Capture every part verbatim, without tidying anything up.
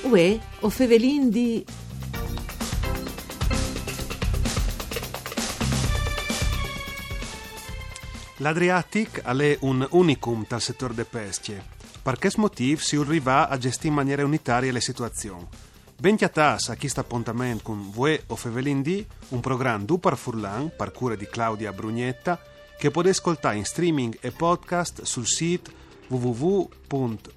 Uè, o fevelin di... L'Adriatic è un unicum dal settore de pesche. Per questo motivo si arriva a gestire in maniera unitaria le situazioni. Ben chiatas a questo appuntamento con Uè o fevelin di, un programma du par Furlan, per cura di Claudia Brugnetta, che potete ascoltare in streaming e podcast sul sito w w w punto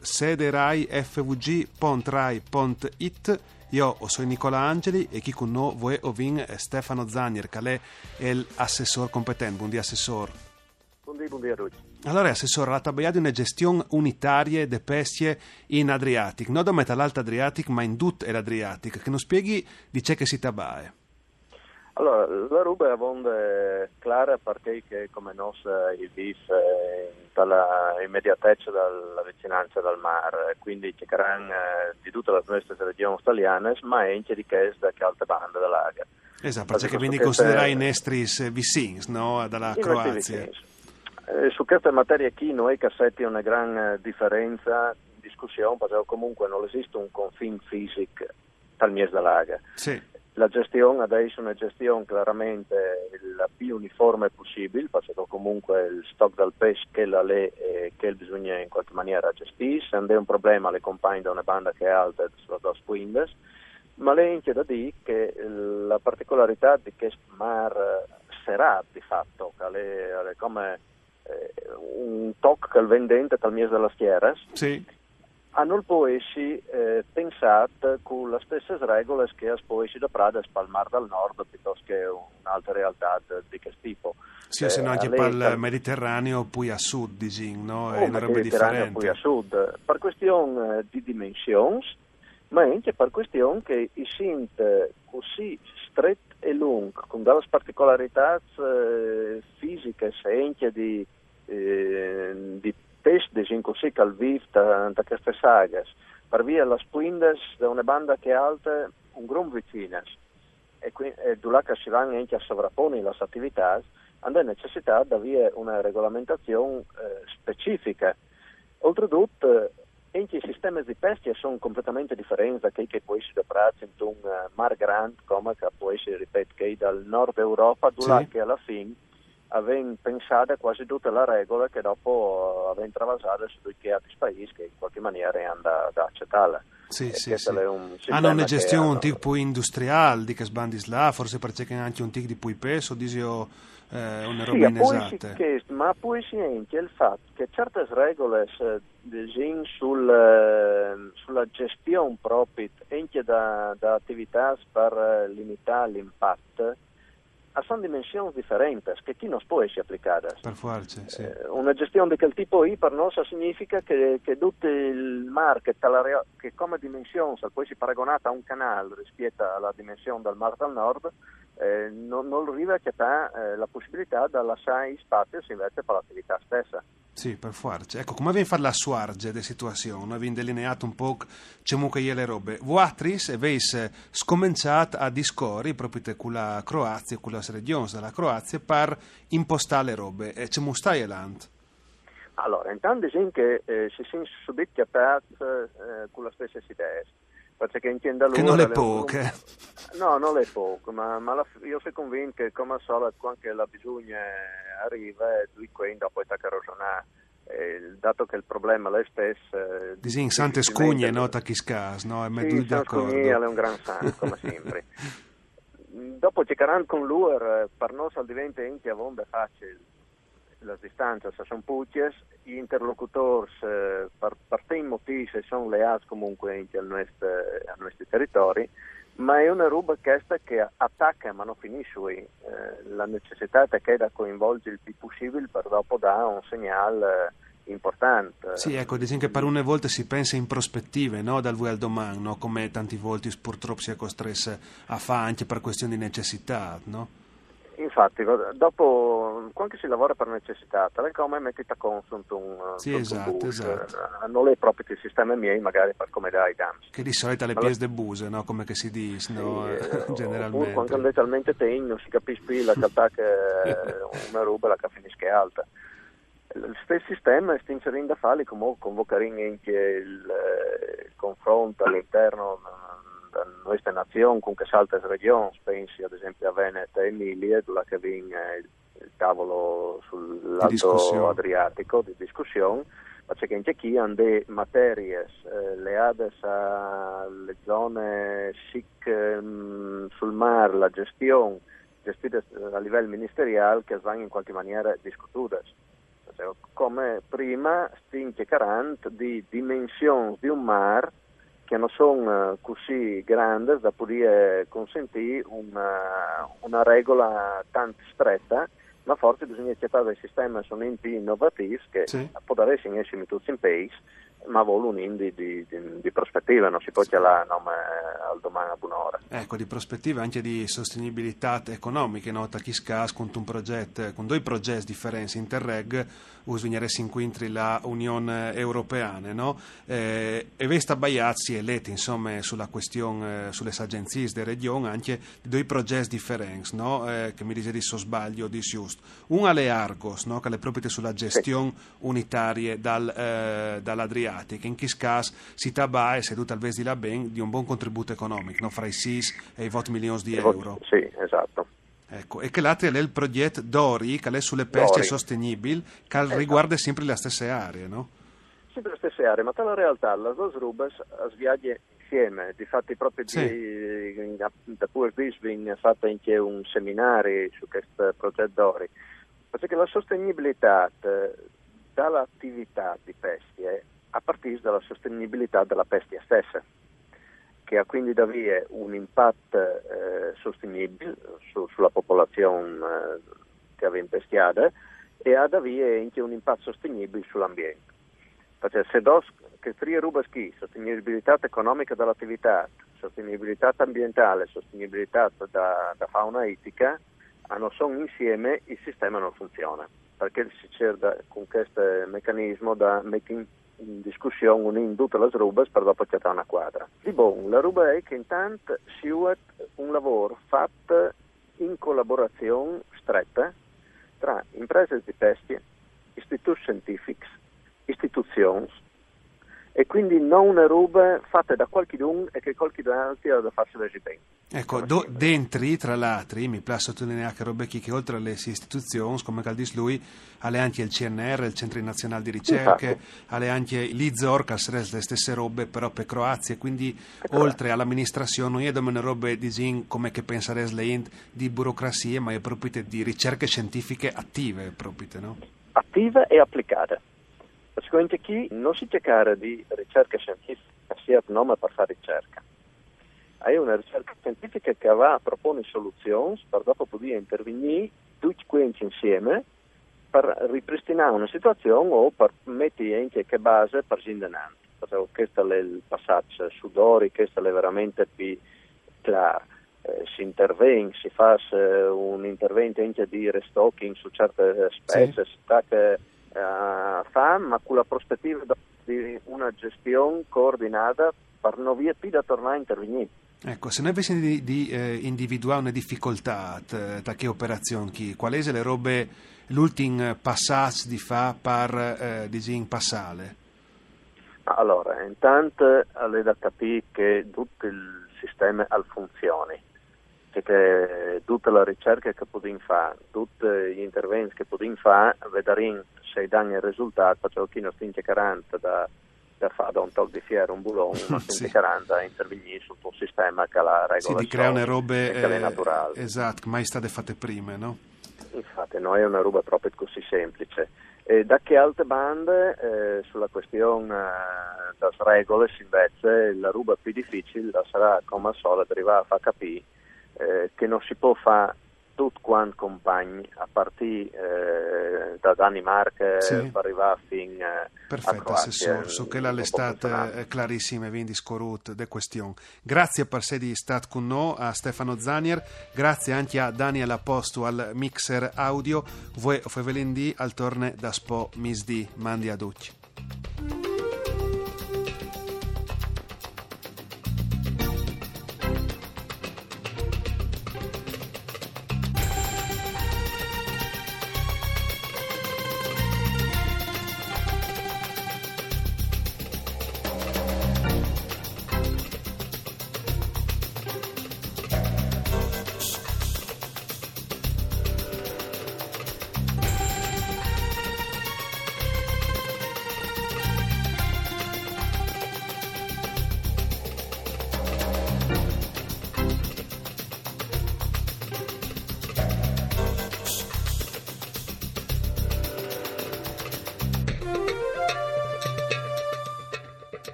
sederai.fvg punto rai punto it. Io sono Nicola Angeli e chi con noi Uè ovin è Stefano Zanier, che è l'assessore competente. Buongiorno assessore. Buongiorno, buongiorno a tutti. Allora, assessore, la tabella di una gestione unitaria de pesce in Adriatic, non da metà l'Alto Adriatic, ma in tutto l'Adriatic, che non spieghi di c'è che si tabae. Allora, la ruba è avonde clara perché che come nos il V I F eh, dalla immediatezza dalla vicinanza del mare, quindi ci saranno eh, di tutte le nostre regioni italiane, ma anche di che da che altre bande dell'Aga. Esatto, perché quindi considerai i nostri vicini, no? Dalla Croazia. Eh, su questa materia qui noi cassetti una gran eh, differenza in discussione, perché comunque non esiste un confine fisico dal Mies dell'Aga. Sì. La gestione adesso è una gestione chiaramente la più uniforme possibile, perché comunque il stock del pesce che la lei eh, che bisogna in qualche maniera gestire, se non è un problema le compagne da una banda che è alta sulle due quindici, ma lei anche da dire che la particolarità di questo mare sarà di fatto, che è come eh, un tocco che il vendente dal Mies della Stiera, sì. hanno poi eh, pensato con le stesse regole che poi da Prada e Mar del Nord piuttosto che un'altra realtà di questo tipo. Sì, eh, se no anche per il Mediterraneo poi a sud, diciamo, no? Oh, è una roba differente. Poi a sud, per questione di dimensioni, ma anche per questione che i sint così stretti e lunghi, con delle particolarità eh, fisiche e anche di, eh, di pesce così che al vivo da, da queste saghe, per via le spindes da una banda che è alta un gran vicino e, qui, e là che si vanno anche a sovrapponi le attività, hanno necessità di avere una regolamentazione eh, specifica. Oltretutto anche i sistemi di pesca sono completamente differenti da quelli che può essere praticato in un uh, mar grande come che può essere, ripeto, che dal nord Europa, sì. Là che alla fine avevano pensato quasi tutte le regole che dopo uh, avevano travasato su tutti altri paesi che in qualche maniera hanno da accettare. Sì, e sì, sì. Un hanno una gestione hanno... un tipo industriale di che sbandis là, forse perché anche un tic di poi peso, disio eh, una roba sì, inesatte. Che, ma poi si anche il fatto che certe regole eh, sul, eh, sulla gestione propria anche da, da attività per limitare l'impatto sono dimensioni differenti che chi non può essere applicata. Per forza, sì. Eh, una gestione di quel tipo I per noi significa che, che tutto il mare che, che come dimensione può essere paragonata a un canale rispetto alla dimensione del Mar del Nord, eh, non, non arriva a eh, la possibilità di lasciare spazio invece per l'attività stessa. Sì, per forza. Ecco, come vi fare la suarge delle situazioni? Vi delineato un po' come che le robe. Voatris avete scominciato a discorrere proprio con la Croazia, con le regioni della Croazia, per impostare le robe. E come stai avanti? Allora, intanto diciamo che eh, si sono subito chiappati eh, con le stesse idee. Perché in loro, che non le poche. Un... No, non le poche, ma, ma la, io sono convinto che come al solito anche la bisogna arriva e lui qui dopo sta ragionare. Eh, dato che il problema è stesso... Eh, Disin sante scugne, no? Tachiscas, no? E sì, d'accordo. Sì, è un gran santo, come sempre. Dopo cercheranno con lui, per noi diventa anche a bombe facile. Le distanze sono pucce, gli interlocutori eh, per, per te motivi sono leati comunque anche al nostro, ai nostri territori, ma è una roba questa che attacca ma non finisce. Eh, la necessità è che da coinvolgere il più possibile per dopo dare un segnale eh, importante. Sì, ecco, diciamo che per una volta si pensa in prospettive, no? Dal voi al domani, no? Come tanti volte purtroppo si è costretti a fare anche per questioni di necessità, no? Infatti, dopo, quando si lavora per necessità, tale come metti a consunto un, sì, esatto, un bus, esatto. Non è proprio il sistema miei, magari per come dai i dammi. Che di solito le pièce de buse, no? Come che si dice, no? Sì, eh, generalmente. Oppure quando talmente te non si capisce più la realtà che una roba la che finisce alta. Il stesso sistema sta inserendo a fare come convocare anche il, il confronto sunt all'interno della nostra nazione, con che salte regioni, pensi ad esempio a Veneto e Emilia, dove che viene il, il tavolo sull'Alto Adriatico di discussione, ma c'è che anche qui hanno delle materie eh, legate alle zone sic ehm, sul mare, la gestione gestite a livello ministeriale che vanno in qualche maniera discutute. Cioè, come prima stiamo chiacchierando di dimensioni di un mare che non sono così grandi da poter consentire una, una regola tanto stretta, ma forse bisogna cercare dei sistemi sono più innovativi che sì. Può essere in essi tutti in paese, ma vogliono un di, di, di prospettiva, non si può chiamare nome al domani a buon'ora. Ecco, di prospettiva anche di sostenibilità economica, no? Chi scas con un progetto, con due progetti differenti, Interreg, usvignere incontri la Unione Europea, no? Eh, e questa baiazzi e lette, insomma, sulla questione, eh, sulle agenzie delle regioni, anche di due progetti differenti, no? Eh, che mi dice di so sbaglio, di giusto. Uno alle Argos, no? Che le proprie sulla gestione sì. unitaria dal, eh, dall'Adriatico, in questo caso si tabà e seduta al vesi la ben di un buon contributo economico, no? Fra i sei e i venti milioni di euro. Sì, esatto. Ecco, e che l'altro è il progetto Dori, che è sulle pesche sostenibili, che esatto. riguarda sempre le stesse aree, no? Sempre le stesse aree, ma in realtà le due rubes sviaglie insieme, difatti proprio sì. di, da pure Bisbin ha fatto anche un seminario su questo progetto Dori, perché la sostenibilità dall'attività di pesche a partire dalla sostenibilità della pesca stessa, che ha quindi da via un impatto eh, sostenibile su, sulla popolazione eh, che aveva peschiata e ha da via anche un impatto sostenibile sull'ambiente. Perché se dos che tre ruba schi, sostenibilità economica dell'attività, sostenibilità ambientale, sostenibilità da, da fauna etica, non sono insieme, il sistema non funziona, perché si cerca con questo meccanismo da mettere in discussione unendo tutte le rube per dopo cercare una quadra. Di buon, la ruba è che intanto si usa un lavoro fatto in collaborazione stretta tra imprese di pesche, istituti scientifici, istituzioni, e quindi non una roba fatta da qualcuno e che qualcun altro ha da farsi bene. Ecco, do, dentri, tra l'altro, mi piace sottolineare che robe che oltre alle istituzioni, come caldis lui, alle anche il C N R, il Centro Nazionale di Ricerche, alle anche l'I Z O R, che sarebbero le stesse robe però per Croazia, quindi per oltre Croazia. All'amministrazione non è come robe di come che pensare di burocrazie, ma è proprio di ricerche scientifiche attive, proprio, no? Attive e applicate. Perché chi non si cerca di ricerca scientifica, sia il nome per fare ricerca. È una ricerca scientifica che va a proporre soluzioni per dopo poter intervenire tutti quanti insieme per ripristinare una situazione o per mettere anche che base per l'indenante. Questo è il passaggio su Dori, questo è veramente più chiaro. Eh, si interviene, si fa un intervento anche di restocking su certe specie, sì. Si sta che Uh, fa, ma con la prospettiva di una gestione coordinata per non via più da tornare a intervenire. Ecco, se noi avessimo di, di eh, individuare una difficoltà da che operazione, chi, quali sono le robe, l'ultimo passaggio di fa per eh, disegno passale? Allora, intanto è da capire che tutto il sistema al funzioni. Che tutta la ricerca che possiamo fare, tutti gli interventi che possiamo fare, vedremo se danno il risultato, perché chi non stinge quaranta da, da fare da un tocco di fiera un bulon, ma stinge sì. quaranta a intervenire su un sistema che ha la regola sì, di creare una robe che è naturale. Eh, esatto, mai state fatte prima, no? Infatti non è una roba proprio così semplice. E da che altre bande eh, sulla questione eh, delle regole invece la roba più difficile sarà come al solito arrivare a far capire Eh, che non si può fare tutto quanto compagni a partire eh, da Danimarca sì. per arrivare fin eh, perfetto, a Croazia. Perfetto, so che l'estate è clarissima e quindi scorrut de questione. Grazie per sé di stat con noi a Stefano Zanier, grazie anche a Daniel Aposto al mixer audio. Voi Fevelindì al torne da Spo Misdi, mandi a tutti.